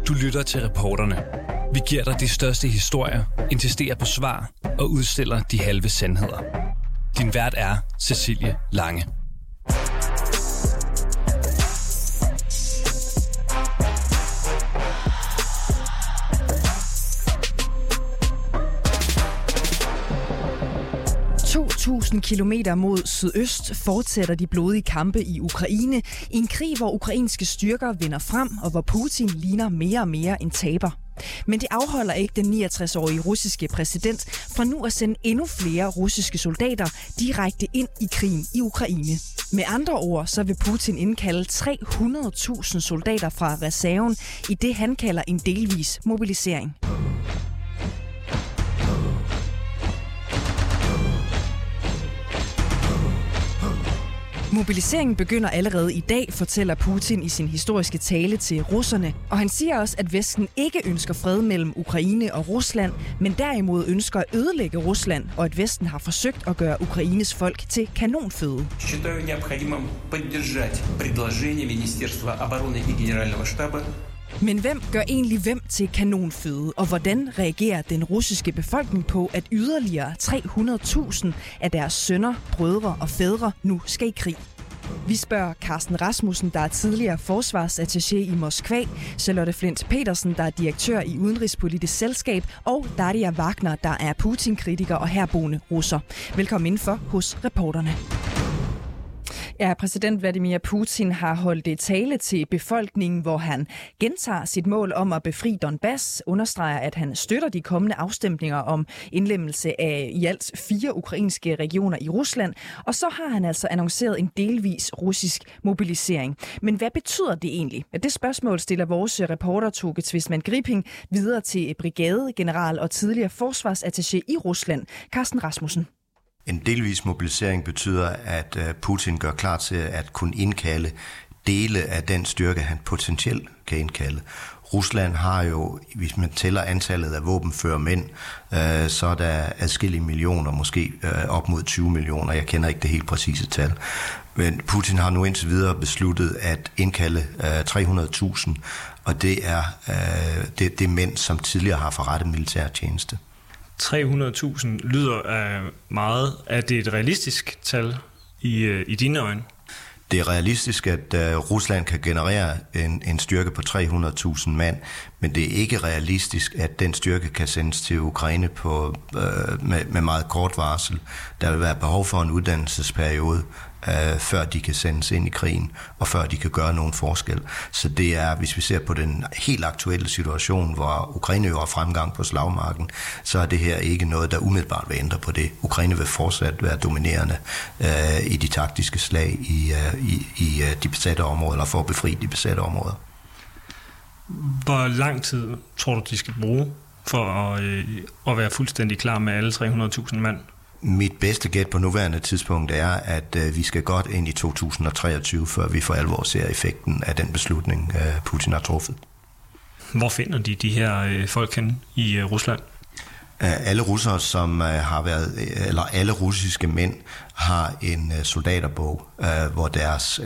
Du lytter til Reporterne. Vi giver dig de største historier, insisterer på svar og udstiller de halve sandheder. Din vært er Cecilie Lange. Kilometer mod sydøst fortsætter de blodige kampe i Ukraine i en krig, hvor ukrainske styrker vinder frem, og hvor Putin ligner mere og mere en taber. Men det afholder ikke den 69-årige russiske præsident fra nu at sende endnu flere russiske soldater direkte ind i krigen i Ukraine. Med andre ord, så vil Putin indkalde 300.000 soldater fra reserven i det, han kalder en delvis mobilisering. Mobiliseringen begynder allerede i dag, fortæller Putin i sin historiske tale til russerne. Og han siger også, at Vesten ikke ønsker fred mellem Ukraine og Rusland, men derimod ønsker at ødelægge Rusland, og at Vesten har forsøgt at gøre Ukraines folk til kanonføde. Men hvem gør egentlig hvem til kanonføde, og hvordan reagerer den russiske befolkning på, at yderligere 300.000 af deres sønner, brødre og fædre nu skal i krig? Vi spørger Carsten Rasmussen, der er tidligere forsvarsattaché i Moskva, Charlotte Flint Petersen, der er direktør i Udenrigspolitisk Selskab, og Daria Wagner, der er Putin-kritiker og herboende russer. Velkommen indenfor hos Reporterne. Ja, præsident Vladimir Putin har holdt et tale til befolkningen, hvor han gentager sit mål om at befri Donbass, understreger, at han støtter de kommende afstemninger om indlemmelse af i alt 4 ukrainske regioner i Rusland, og så har han altså annonceret en delvis russisk mobilisering. Men hvad betyder det egentlig? Ja, det spørgsmål stiller vores reporter Toke Tvistmann Gripping videre til brigadegeneral og tidligere forsvarsattaché i Rusland, Carsten Rasmussen. En delvis mobilisering betyder, at Putin gør klar til at kunne indkalde dele af den styrke, han potentielt kan indkalde. Rusland har jo, hvis man tæller antallet af våbenføre mænd, så er der adskillige millioner, måske op mod 20 millioner. Jeg kender ikke det helt præcise tal. Men Putin har nu indtil videre besluttet at indkalde 300.000, og det er mænd, som tidligere har forrettet militærtjeneste. 300.000 lyder af meget. Er det et realistisk tal i dine øjne? Det er realistisk, at Rusland kan generere en styrke på 300.000 mand, men det er ikke realistisk, at den styrke kan sendes til Ukraine med meget kort varsel. Der vil være behov for en uddannelsesperiode, før de kan sendes ind i krigen, og før de kan gøre nogen forskel. Så det er, hvis vi ser på den helt aktuelle situation, hvor Ukraine jo har fremgang på slagmarken, så er det her ikke noget, der umiddelbart vil ændre på det. Ukraine vil fortsat være dominerende i de taktiske slag i de besatte områder, eller for at befri de besatte områder. Hvor lang tid tror du, de skal bruge for at være fuldstændig klar med alle 300.000 mand? Mit bedste gæt på nuværende tidspunkt er, at vi skal godt ind i 2023, før vi for alvor ser effekten af den beslutning, Putin har truffet. Hvor finder de her folk henne i Rusland? Alle russere, som har været, eller alle russiske mænd, har en soldaterbog, hvor deres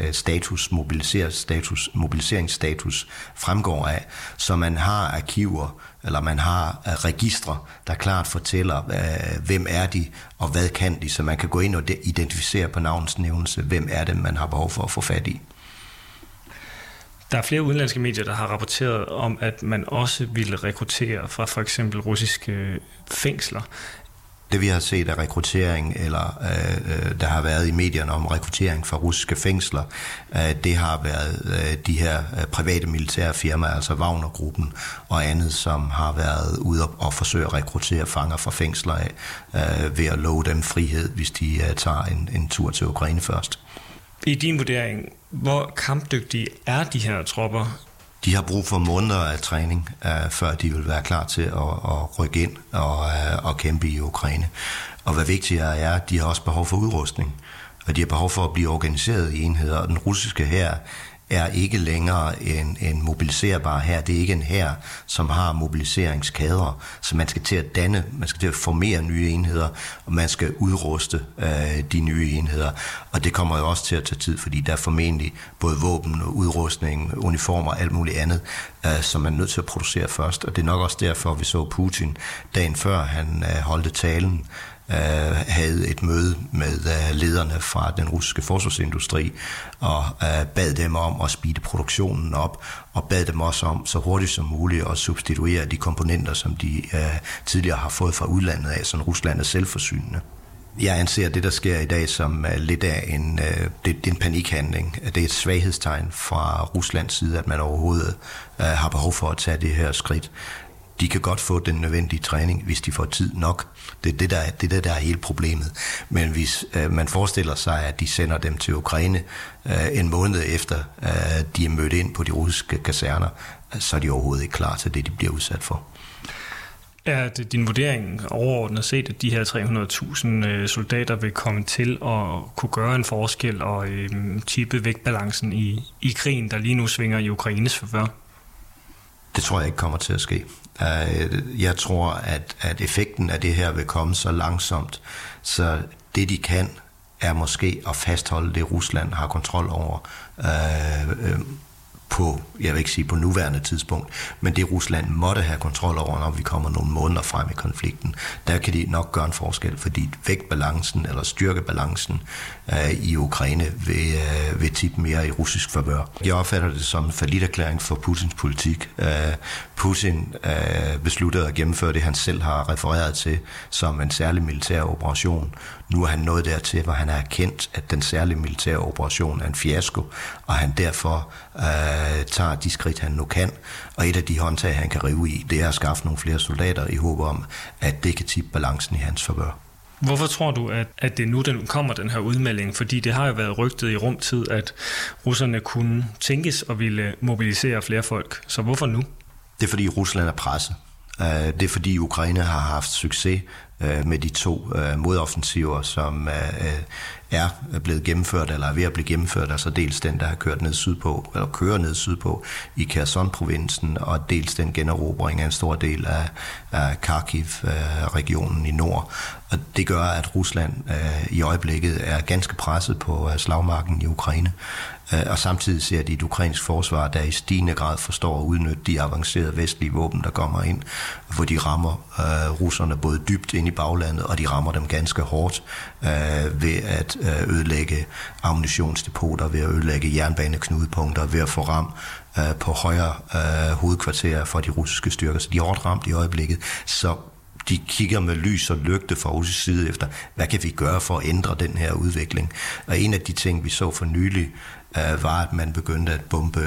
mobiliseringsstatus fremgår af. Så man har arkiver, eller man har registre, der klart fortæller, hvem er de, og hvad kan de, så man kan gå ind og identificere på navnets nævnelse, hvem er det, man har behov for at få fat i. Der er flere udenlandske medier, der har rapporteret om, at man også ville rekruttere fra for eksempel russiske fængsler. Det vi har set af rekruttering, eller der har været i medierne om rekruttering fra russiske fængsler, det har været de her private militære firmaer, altså Wagner-gruppen og andet, som har været ude og forsøge at rekruttere fanger fra fængsler af, ved at love dem frihed, hvis de tager en tur til Ukraine først. I din vurdering, hvor kampdygtige er de her tropper? De har brug for måneder af træning, før de vil være klar til at rykke ind og kæmpe i Ukraine. Og hvad vigtigere er, de har også behov for udrustning, og de har behov for at blive organiseret i enheder. Og den russiske hær er ikke længere en mobiliserbar hær. Det er ikke en hær, som har mobiliseringskadre, så man skal til at danne, man skal til at formere nye enheder, og man skal udruste de nye enheder. Og det kommer jo også til at tage tid, fordi der er formentlig både våben og udrustning, uniformer og alt muligt andet, som man er nødt til at producere først. Og det er nok også derfor, vi så Putin dagen før han holdte talen, havde et møde med lederne fra den russiske forsvarsindustri og bad dem om at speede produktionen op og bad dem også om så hurtigt som muligt at substituere de komponenter, som de tidligere har fået fra udlandet af, så Rusland er selvforsynende. Jeg anser det, der sker i dag, som lidt af en panikhandling. Det er et svaghedstegn fra Ruslands side, at man overhovedet har behov for at tage det her skridt. De kan godt få den nødvendige træning, hvis de får tid nok. Det er det, der er hele problemet. Men hvis man forestiller sig, at de sender dem til Ukraine en måned efter, de er mødt ind på de russiske kaserner, så er de overhovedet ikke klar til det, de bliver udsat for. Er det din vurdering overordnet set, at de her 300.000 soldater vil komme til at kunne gøre en forskel og tippe vægtbalancen i krigen, der lige nu svinger i Ukraines favør? Det tror jeg ikke kommer til at ske. Jeg tror, at effekten af det her vil komme så langsomt, så det de kan, er måske at fastholde det, Rusland har kontrol over på, jeg vil ikke sige på nuværende tidspunkt, men det Rusland måtte have kontrol over, når vi kommer nogle måneder frem i konflikten. Der kan de nok gøre en forskel, fordi vægtbalancen eller styrkebalancen i Ukraine vil tippe mere i russisk favør. Jeg opfatter det som en falliterklæring for Putins politik. Putin besluttede at gennemføre det, han selv har refereret til som en særlig militær operation. Nu er han nået dertil, hvor han har erkendt, at den særlige militære operation er en fiasko, og han derfor tager de skridt, han nu kan. Og et af de håndtag, han kan rive i, det er at skaffe nogle flere soldater i håb om, at det kan tippe balancen i hans favør. Hvorfor tror du, at det nu kommer den her udmelding? Fordi det har jo været rygtet i rumtid, at russerne kunne tænkes og ville mobilisere flere folk. Så hvorfor nu? Det er fordi Rusland er presset. Det er fordi Ukraine har haft succes med de 2 modoffensiver, som er blevet gennemført eller er ved at blive gennemført, altså dels den, der har kørt ned sydpå, eller kører ned sydpå i Kherson-provinsen, og dels den generobring af en stor del af Kharkiv-regionen i nord. Og det gør, at Rusland i øjeblikket er ganske presset på slagmarken i Ukraine. Og samtidig ser de et ukrainsk forsvar, der i stigende grad forstår at udnytte de avancerede vestlige våben, der kommer ind, hvor de rammer russerne både dybt ind i baglandet, og de rammer dem ganske hårdt ved at ødelægge ammunitionsdepoter, ved at ødelægge jernbaneknudepunkter, ved at få ram på højre hovedkvarterer for de russiske styrker. Så de er hårdt ramt i øjeblikket, så de kigger med lys og lygte fra russisk side efter, hvad kan vi gøre for at ændre den her udvikling. Og en af de ting, vi så for nylig, var, at man begyndte at bombe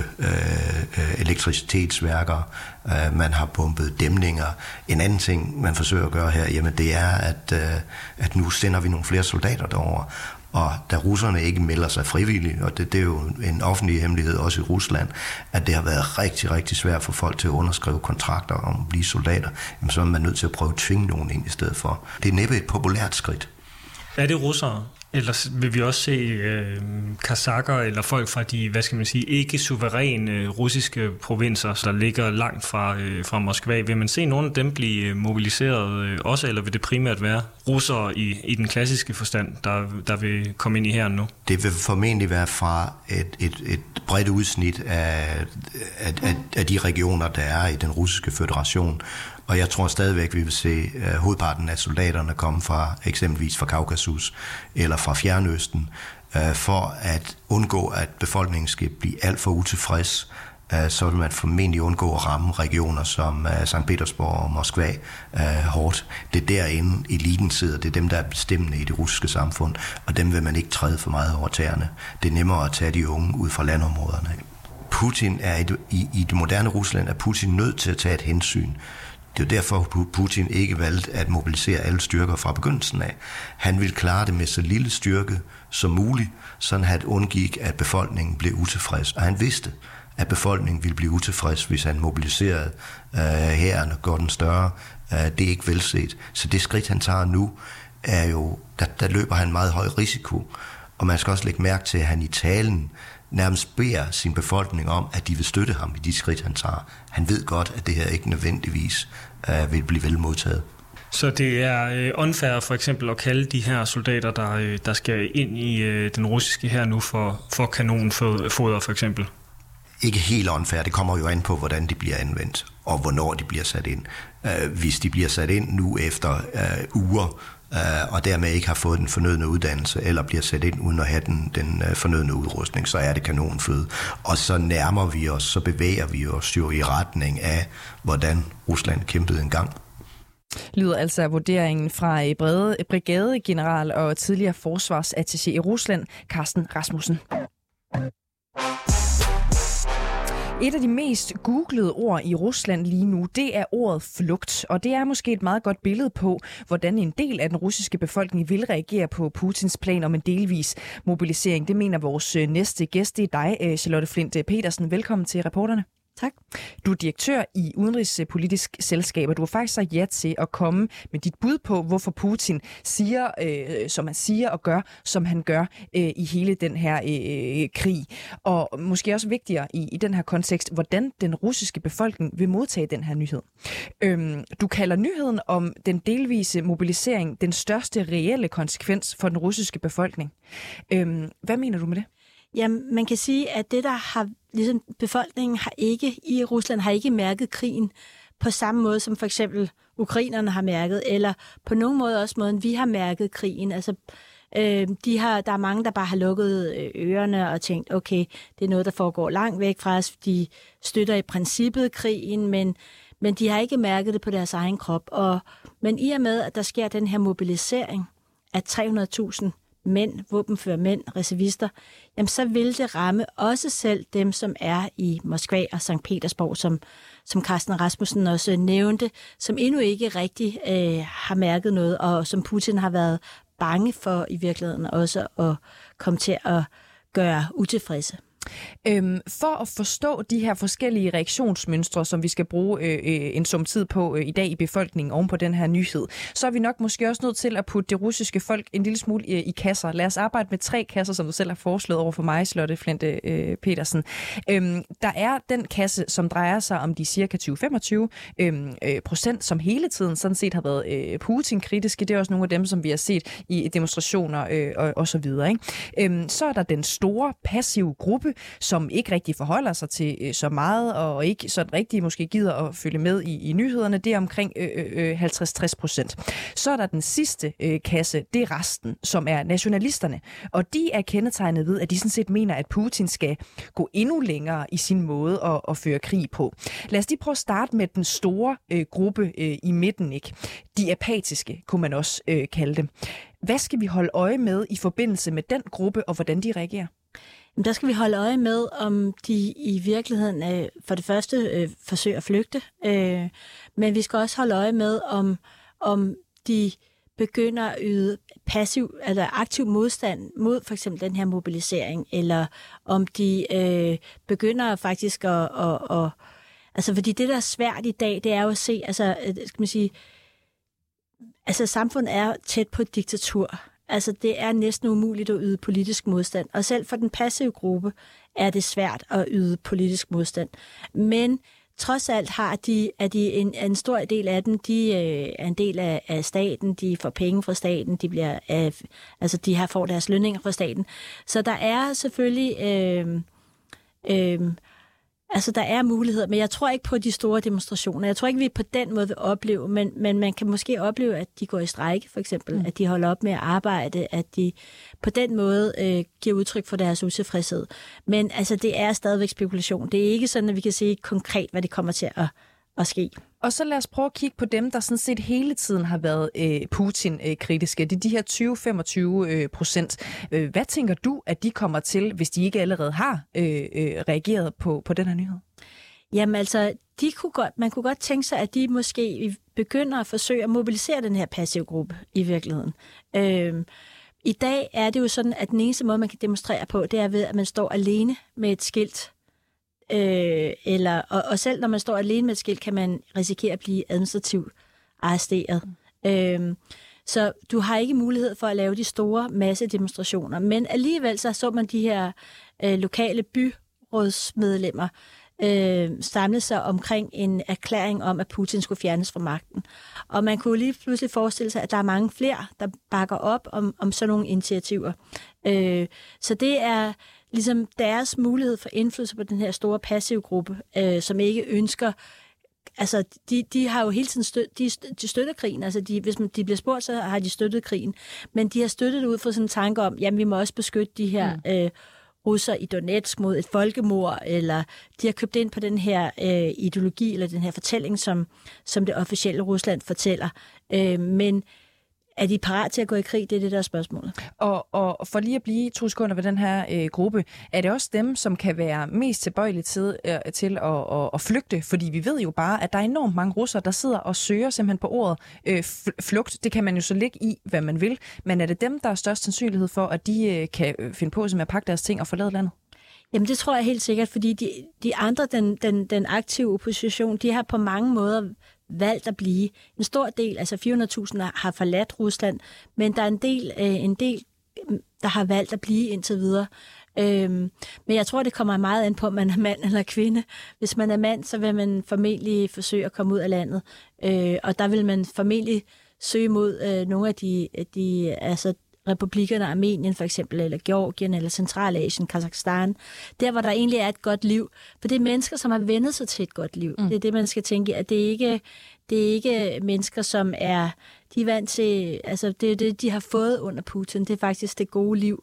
elektricitetsværker, man har bombet dæmninger. En anden ting, man forsøger at gøre her, jamen det er, at nu sender vi nogle flere soldater derover. Og da russerne ikke melder sig frivilligt, og det er jo en offentlig hemmelighed også i Rusland, at det har været rigtig, rigtig svært for folk til at underskrive kontrakter om at blive soldater, jamen så er man nødt til at prøve at tvinge nogen ind i stedet for. Det er næppe et populært skridt. Er det russere? Eller vil vi også se kazakker eller folk fra de, hvad skal man sige, ikke suveræne russiske provinser, der ligger langt fra Moskva? Vil man se nogle af dem blive mobiliseret også, eller vil det primært være russere i den klassiske forstand, der vil komme ind i hæren nu? Det vil formentlig være fra et bredt udsnit af de regioner, der er i den russiske føderation. Og jeg tror stadigvæk, vi vil se hovedparten af soldaterne komme fra eksempelvis fra Kaukasus eller fra Fjernøsten, for at undgå, at befolkningen skal blive alt for utilfreds. Så vil man formentlig undgå at ramme regioner som St. Petersborg og Moskva hårdt. Det er derinde eliten sidder, det er dem, der er bestemmende i det russiske samfund, og dem vil man ikke træde for meget over tæerne. Det er nemmere at tage de unge ud fra landområderne. Putin er i det moderne Rusland er Putin nødt til at tage et hensyn. Det er jo derfor, Putin ikke valgte at mobilisere alle styrker fra begyndelsen af. Han ville klare det med så lille styrke som muligt, sådan at han undgik, at befolkningen blev utilfreds. Og han vidste, at befolkningen ville blive utilfreds, hvis han mobiliserede hæren og gjorde den større. Det er ikke velset. Så det skridt, han tager nu, er jo, der løber han meget høj risiko. Og man skal også lægge mærke til, at han i talen nærmest beder sin befolkning om, at de vil støtte ham i de skridt, han tager. Han ved godt, at det her ikke nødvendigvis vil blive vel modtaget. Så det er unfair for eksempel at kalde de her soldater, der skal ind i den russiske hær nu for kanonfoder for eksempel? Ikke helt unfair. Det kommer jo an på, hvordan de bliver anvendt, og hvornår de bliver sat ind. Hvis de bliver sat ind nu efter uger, og dermed ikke har fået den fornødne uddannelse, eller bliver sat ind uden at have den fornødne udrustning, så er det kanonføde. Og så nærmer vi os, så bevæger vi os jo i retning af, hvordan Rusland kæmpede engang. Lyder altså vurderingen fra brigadegeneral og tidligere forsvarsattaché i Rusland, Carsten Rasmussen. Et af de mest googlede ord i Rusland lige nu, det er ordet flugt. Og det er måske et meget godt billede på, hvordan en del af den russiske befolkning vil reagere på Putins plan om en delvis mobilisering. Det mener vores næste gæst, det er dig, Charlotte Flint Petersen. Velkommen til Reporterne. Tak. Du er direktør i Udenrigspolitisk Selskab, og du har faktisk sagt ja til at komme med dit bud på, hvorfor Putin siger, som han siger, og gør, som han gør i hele den her krig. Og måske også vigtigere i den her kontekst, hvordan den russiske befolkning vil modtage den her nyhed. Du kalder nyheden om den delvise mobilisering den største reelle konsekvens for den russiske befolkning. Hvad mener du med det? Jamen, man kan sige, at det, der har ligesom befolkningen i Rusland har ikke mærket krigen på samme måde, som for eksempel ukrainerne har mærket, eller på nogen måde også måden, vi har mærket krigen. Altså, der er mange, der bare har lukket ørerne og tænkt, okay, det er noget, der foregår langt væk fra os. De støtter i princippet krigen, men de har ikke mærket det på deres egen krop. Men i og med, at der sker den her mobilisering af 300.000 mænd, våbenfører mænd, reservister, jamen så vil det ramme også selv dem, som er i Moskva og Sankt Petersborg, som Carsten Rasmussen også nævnte, som endnu ikke rigtig har mærket noget, og som Putin har været bange for i virkeligheden også at komme til at gøre utilfredse. For at forstå de her forskellige reaktionsmønstre, som vi skal bruge en sum tid på i dag i befolkningen oven på den her nyhed, så er vi nok måske også nødt til at putte det russiske folk en lille smule i kasser. Lad os arbejde med 3 kasser, som du selv har foreslået over for mig, Charlotte Flint Petersen. Der er den kasse, som drejer sig om de cirka 20-25%, som hele tiden sådan set har været Putin-kritiske. Det er også nogle af dem, som vi har set i demonstrationer og så videre. Ikke? Så er der den store passive gruppe, som ikke rigtig forholder sig til så meget, og ikke sådan rigtig måske gider at følge med i nyhederne. Det er omkring 50-60%. Så er der den sidste kasse, det er resten, som er nationalisterne. Og de er kendetegnet ved, at de sådan set mener, at Putin skal gå endnu længere i sin måde at føre krig på. Lad os lige prøve at starte med den store gruppe i midten, ikke? De apatiske, kunne man også kalde dem. Hvad skal vi holde øje med i forbindelse med den gruppe, og hvordan de reagerer? Der skal vi holde øje med, om de i virkeligheden for det første forsøger at flygte, men vi skal også holde øje med, om de begynder at yde passiv eller aktiv modstand mod for eksempel den her mobilisering, eller om de begynder faktisk at altså fordi det, der er svært i dag, det er jo at se, altså samfundet er tæt på et diktatur. Altså, det er næsten umuligt at yde politisk modstand. Og selv for den passive gruppe er det svært at yde politisk modstand. Men trods alt er de en stor del af dem, de er en del af staten, de får penge fra staten, de får deres lønninger fra staten. Så der er selvfølgelig der er muligheder, men jeg tror ikke på de store demonstrationer. Jeg tror ikke, vi på den måde vil opleve, men man kan måske opleve, at de går i strejke, for eksempel, at de holder op med at arbejde, at de på den måde giver udtryk for deres utilfredshed. Men altså, det er stadigvæk spekulation. Det er ikke sådan, at vi kan se konkret, hvad det kommer til at ske. Og så lad os prøve at kigge på dem, der sådan set hele tiden har været Putin-kritiske. Det er de her 20-25%. Hvad tænker du, at de kommer til, hvis de ikke allerede har reageret på den her nyhed? Jamen altså, man kunne godt tænke sig, at de måske begynder at forsøge at mobilisere den her passive gruppe i virkeligheden. I dag er det jo sådan, at den eneste måde, man kan demonstrere på, det er ved, at man står alene med et skilt. Og selv når man står alene med et skilt, kan man risikere at blive administrativt arresteret. Så du har ikke mulighed for at lave de store massedemonstrationer. Men alligevel så man de her lokale byrådsmedlemmer samlede sig omkring en erklæring om, at Putin skulle fjernes fra magten. Og man kunne lige pludselig forestille sig, at der er mange flere, der bakker op om sådan nogle initiativer. Så det er ligesom deres mulighed for indflydelse på den her store passive gruppe, som ikke ønsker. Altså, de har jo hele tiden de støtter krigen. Altså, hvis de bliver spurgt, så har de støttet krigen. Men de har støttet det ud fra sådan en tanke om, jamen, vi må også beskytte de her russer i Donetsk mod et folkemord, eller de har købt ind på den her ideologi, eller den her fortælling, som det officielle Rusland fortæller. Men er de parat til at gå i krig? Det er det, der er spørgsmålet. Og for lige at blive 2 sekunder ved den her gruppe, er det også dem, som kan være mest tilbøjelige til at flygte? Fordi vi ved jo bare, at der er enormt mange russere, der sidder og søger simpelthen på ordet flugt. Det kan man jo så lægge i, hvad man vil. Men er det dem, der er størst sandsynlighed for, at de kan finde på at pakke deres ting og forlade landet? Jamen det tror jeg helt sikkert, fordi de andre, den aktive opposition, de har på mange måder valgt at blive. En stor del, altså 400.000 har forladt Rusland, men der er en del, der har valgt at blive indtil videre. Men jeg tror, det kommer meget an på, om man er mand eller kvinde. Hvis man er mand, så vil man formentlig forsøge at komme ud af landet. Og der vil man formentlig søge mod nogle af de altså republikkerne, Armenien for eksempel, eller Georgien, eller Centralasien, Kazakhstan, der hvor der egentlig er et godt liv. For det er mennesker, som har vendt sig til et godt liv. Det er det, man skal tænke, at det er ikke mennesker, som de er vant til, altså det er det, de har fået under Putin. Det er faktisk det gode liv.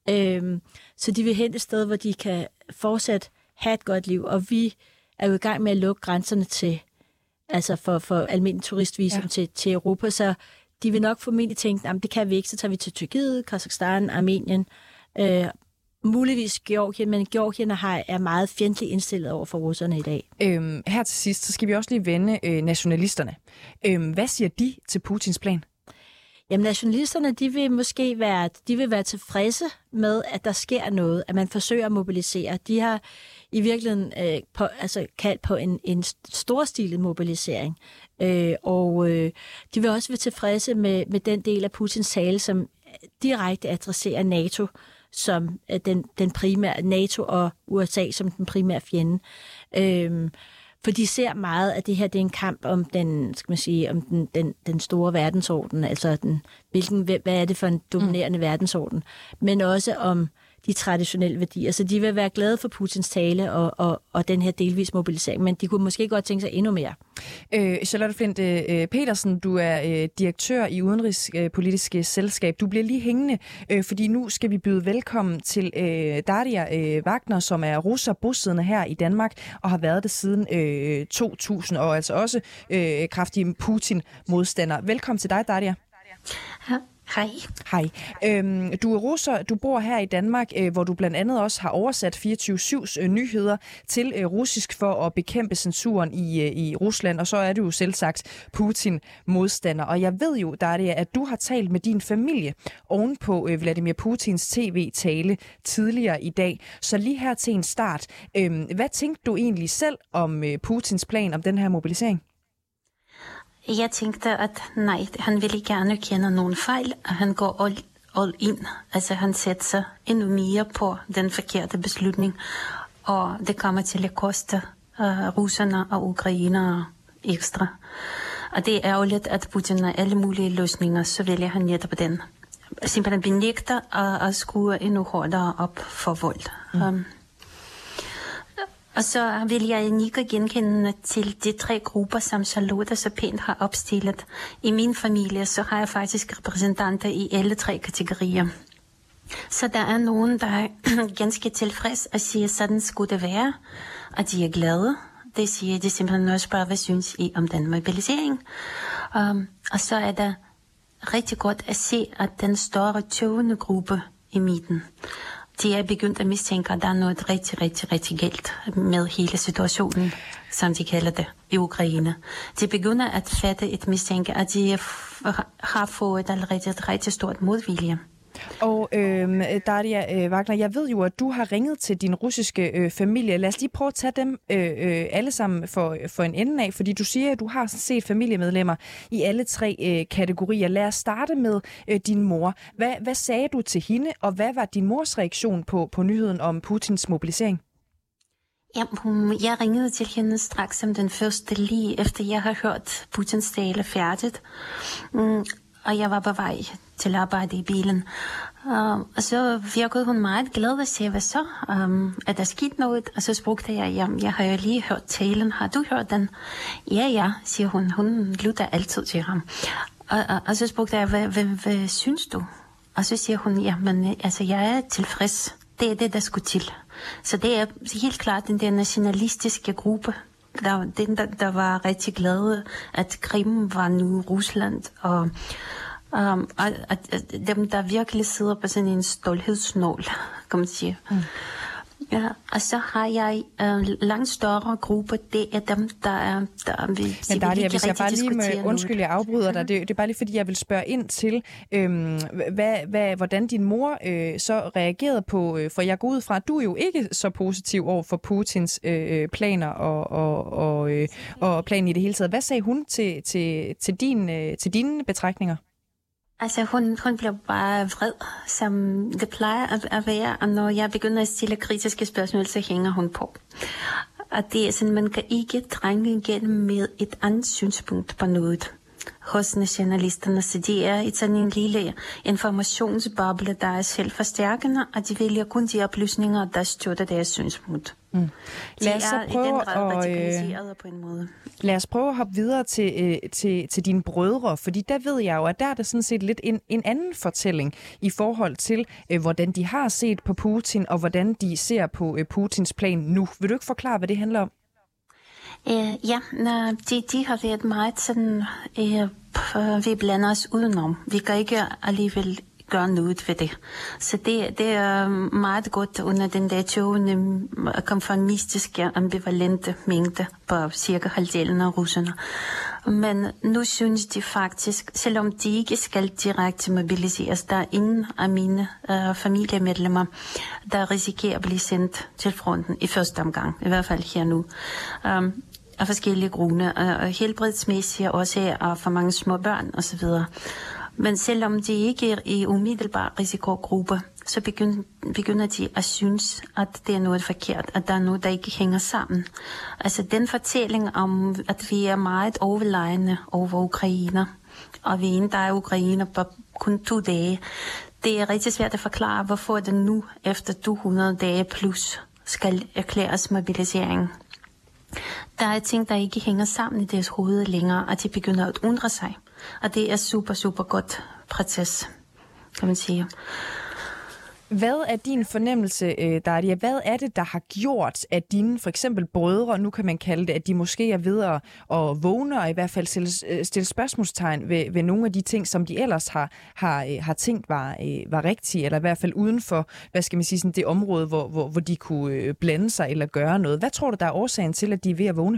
Så de vil hen et sted, hvor de kan fortsat have et godt liv, og vi er jo i gang med at lukke grænserne til, altså for almindelig turistvisum til Europa, så de vil nok formentlig tænke, at det kan vi ikke, så tager vi til Tyrkiet, Kazakhstan, Armenien, muligvis Georgien, men Georgien er meget fjendtligt indstillet over for russerne i dag. Her til sidst, så skal vi også lige vende nationalisterne. Hvad siger de til Putins plan? Jamen, nationalisterne, de vil være tilfredse med, at der sker noget, at man forsøger at mobilisere. De har i virkeligheden kaldt på en storstilet mobilisering. Og de vil også være tilfredse med den del af Putins tale, som direkte adresserer NATO som den primære, NATO og USA som den primære fjende. For de ser meget, at det her det er en kamp om den store verdensorden, altså hvad er det for en dominerende verdensorden, men også om de traditionelle værdier. Så de vil være glade for Putins tale og den her delvis mobilisering, men de kunne måske godt tænke sig endnu mere. Charlotte Flindt Petersen, du er direktør i Udenrigspolitisk Selskab. Du bliver lige hængende, fordi nu skal vi byde velkommen til Daria Wagner, som er russer bosiddende her i Danmark og har været det siden 2000, og altså også kraftig Putin-modstander. Velkommen til dig, Daria. Ja. Hej. Hej. Du er russer, du bor her i Danmark, hvor du blandt andet også har oversat 24/7's nyheder til russisk for at bekæmpe censuren i Rusland, og så er du jo selvsagt Putin-modstander. Og jeg ved jo, Daria, at du har talt med din familie oven på Vladimir Putins tv-tale tidligere i dag. Så lige her til en start. Hvad tænkte du egentlig selv om Putins plan om den her mobilisering? Jeg tænkte, at nej, han ville gerne kende nogen fejl, og han går all in. Altså han sætter sig endnu mere på den forkerte beslutning, og det kommer til at koste russerne og ukrainere ekstra. Og det er ærgerligt, at Putin har alle mulige løsninger, så vælger han netop den. Simpelthen benægter at skrue endnu hårdere op for vold. Og så vil jeg ikke genkende til de 3 grupper, som Charlotte så pænt har opstillet. I min familie, så har jeg faktisk repræsentanter i alle 3 kategorier. Så der er nogen, der er ganske tilfreds og siger, sådan skulle det være. Og de er glade. Det siger de simpelthen også bare, hvad synes I om den mobilisering. Og så er der rigtig godt at se, at den større tøvende gruppe i midten, de er begyndt at mistænke, at der er noget rigtig galt med hele situationen, som de kalder det, i Ukraine. De begynder at fatte et mistænke, at de har fået allerede et rigtig stort modvilje. Og Daria Wagner, jeg ved jo, at du har ringet til din russiske familie. Lad os lige prøve at tage dem alle sammen for en ende af, fordi du siger, at du har set familiemedlemmer i alle 3 kategorier. Lad os starte med din mor. Hvad sagde du til hende, og hvad var din mors reaktion på nyheden om Putins mobilisering? Ja, jeg ringede til hende straks som den første, lige efter jeg har hørt Putins tale færdigt. Og jeg var på vej til arbejde i bilen. Og så virkede hun meget glad og sagde, hvad så? Er der sket noget? Og så spurgte jeg har jo lige hørt talen. Har du hørt den? Ja, siger hun. Hun lytter altid til ham. Og så spurgte jeg, hvad synes du? Og så siger hun, jeg er tilfreds. Det er det, der skulle til. Så det er helt klart den der nationalistiske gruppe, der var rigtig glade, at Krim var nu Rusland, og dem, der virkelig sidder på sådan en stolthedsnål, kan man sige. Ja, og så har jeg langt større gruppe. Det er dem, der vil sige, Daria, hvis jeg bare lige undskyld, jeg afbryder dig. Det er bare lige, fordi jeg vil spørge ind til, hvordan din mor så reagerede på, for jeg går ud fra, at du er jo ikke så positiv over for Putins planer og planen i det hele taget. Hvad sagde hun til dine betragtninger? Altså, hun blev bare vred, som det plejer at være, og når jeg begynder at stille kritiske spørgsmål, så hænger hun på. Og det er sådan, man kan ikke trænge igennem med et andet synspunkt på noget hos nationalisterne, så det er sådan en lille informationsboble, der er selvforstærkende, og de vælger kun de oplysninger, der støtter deres synspunkt. Lad os prøve at hoppe videre til dine brødre, fordi der ved jeg jo, at der er der sådan set lidt en anden fortælling i forhold til, hvordan de har set på Putin, og hvordan de ser på Putins plan nu. Vil du ikke forklare, hvad det handler om? Ja, de har været meget sådan, vi blander os udenom. Vi kan ikke alligevel gøre noget ved det. Så det er meget godt under den der tågende, konformistiske, ambivalente mængde på cirka halvdelen af russerne. Men nu synes de faktisk, selvom de ikke skal direkte mobiliseres, der er ingen af mine familiemedlemmer, der risikerer at blive sendt til fronten i første omgang, i hvert fald her nu. Af forskellige grunde, og helbredsmæssige også af for mange små børn osv. Men selvom de ikke er i umiddelbar risikogruppe, så begynder de at synes, at det er noget forkert, at der er noget, der ikke hænger sammen. Altså den fortælling om, at vi er meget overlegne over Ukrainer, og vi er Ukrainer på kun 2 dage, det er rigtig svært at forklare, hvorfor det nu, efter 200 dage plus, skal erklæres mobilisering. Der er ting, der ikke hænger sammen i deres hoved længere, og de begynder at undre sig. Og det er super, super godt proces, kan man sige. Hvad er din fornemmelse, Daria? Hvad er det, der har gjort, at dine for eksempel brødre, nu kan man kalde det, at de måske er ved at vågne og i hvert fald stille spørgsmålstegn ved nogle af de ting, som de ellers har tænkt var rigtige, eller i hvert fald uden for, hvad skal man sige, sådan det område, hvor de kunne blande sig eller gøre noget. Hvad tror du, der er årsagen til, at de er ved at vågne?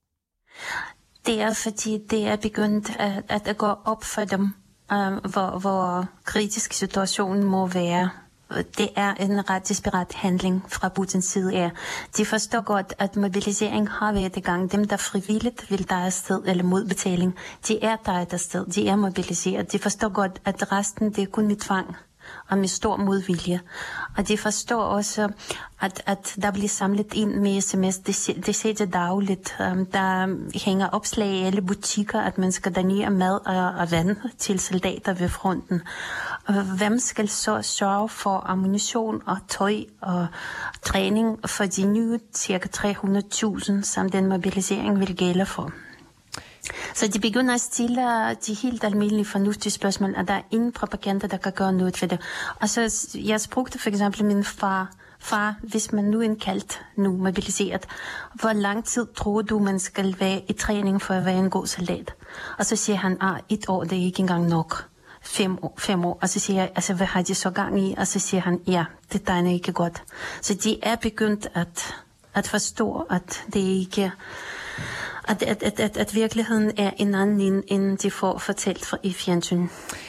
Det er, fordi det er begyndt at gå op for dem, hvor kritisk situationen må være. Det er en ret desperat handling fra Putins side af. De forstår godt, at mobilisering har været i gang. Dem, der frivilligt vil der afsted, eller modbetaling, de er der et sted. De er mobiliseret. De forstår godt, at resten det er kun med tvang og med stor modvilje. Og de forstår også, at der bliver samlet ind med sms. Det ser det dagligt. Der hænger opslag i alle butikker, at man skal donere mad og vand til soldater ved fronten. Hvem skal så sørge for ammunition og tøj og træning for de nye ca. 300.000, som den mobilisering vil gælde for? Så de begynder at stille de helt almindelige fornuftige spørgsmål, og der er ingen propaganda, der kan gøre noget for det. Og så jeg spurgte for eksempel min far, hvis man nu er indkaldt, nu mobiliseret, hvor lang tid tror du, man skal være i træning for at være en god soldat? Og så siger han, 1 år, det er ikke engang nok. 5 år. Og så siger jeg, altså hvad har de så gang i? Og så siger han, ja, det tegner ikke godt. Så de er begyndt at forstå, at det ikke at virkeligheden er en anden, end de får fortalt i fjernsyn.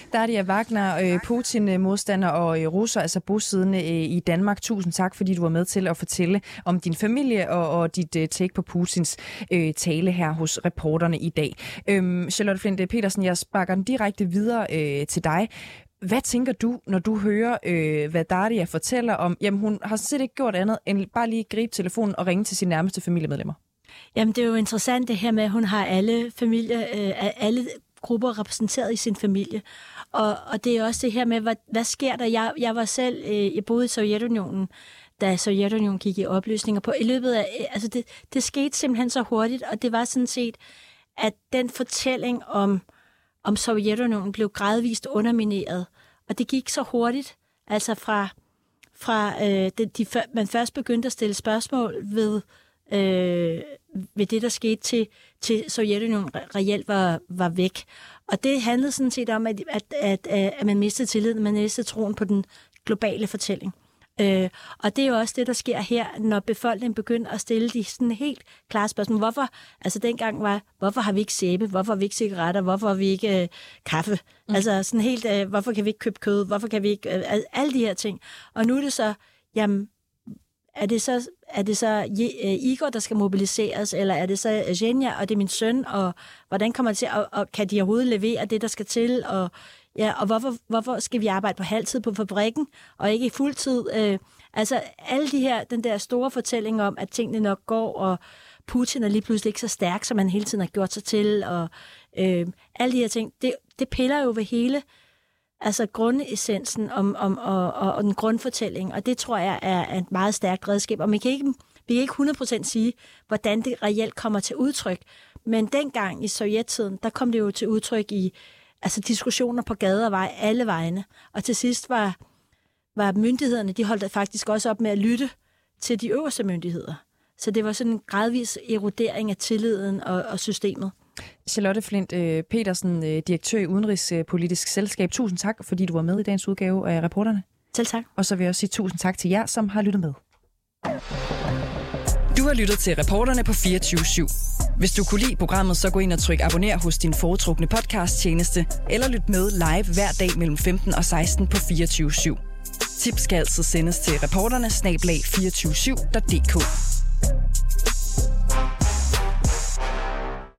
Darja Wagner, Putin-modstander og russer, altså bosiddende i Danmark. Tusind tak, fordi du var med til at fortælle om din familie og dit take på Putins tale her hos reporterne i dag. Charlotte Flindt Petersen, jeg sparker den direkte videre til dig. Hvad tænker du, når du hører, hvad Darja fortæller om? Jamen, hun har set ikke gjort andet end bare lige gribe telefonen og ringe til sine nærmeste familiemedlemmer. Jamen, det er jo interessant det her med, at hun har alle grupper repræsenteret i sin familie. Og det er også det her med, hvad sker der? Jeg var selv, jeg boede i Sovjetunionen, da Sovjetunionen gik i opløsninger på. I løbet af, altså det skete simpelthen så hurtigt, og det var sådan set, at den fortælling om Sovjetunionen blev gradvist undermineret. Og det gik så hurtigt, altså man først begyndte at stille spørgsmål ved det, der skete til Sovjetunionen reelt var væk. Og det handlede sådan set om, at man mistede tilliden, man mistede troen på den globale fortælling. Og det er jo også det, der sker her, når befolkningen begynder at stille de sådan helt klare spørgsmål. Hvorfor har vi ikke sæbe? Hvorfor har vi ikke cigaretter? Hvorfor har vi ikke kaffe? Altså sådan helt, hvorfor kan vi ikke købe kød? Hvorfor kan vi ikke... alle de her ting. Og nu er det så, jamen, er det så Igor, der skal mobiliseres, eller er det så Zhenya, og det er min søn, og hvordan kommer det til, og kan de overhovedet levere det, der skal til, og hvorfor skal vi arbejde på halvtid på fabrikken, og ikke i fuldtid? Altså alle den der store fortælling om, at tingene nok går, og Putin er lige pludselig ikke så stærk, som han hele tiden har gjort sig til, og alle de her ting, det piller jo ved hele grundessensen og den grundfortælling, og det tror jeg er et meget stærkt redskab, og vi kan ikke 100% sige, hvordan det reelt kommer til udtryk, men dengang i sovjettiden, der kom det jo til udtryk i diskussioner på gader og vej, alle vegne, og til sidst var myndighederne, de holdt faktisk også op med at lytte til de øverste myndigheder. Så det var sådan en gradvis erodering af tilliden og systemet. Charlotte Flindt Petersen, direktør i Udenrigspolitisk Selskab. Tusind tak, fordi du var med i dagens udgave af Reporterne. Selv tak. Og så vil jeg også sige tusind tak til jer, som har lyttet med. Du har lyttet til Reporterne på 24/7. Hvis du kunne lide programmet, så gå ind og tryk abonner hos din foretrukne podcast-tjeneste, eller lyt med live hver dag mellem 15 og 16 på 24/7. Tips skal altså sendes til reporterne @247.dk.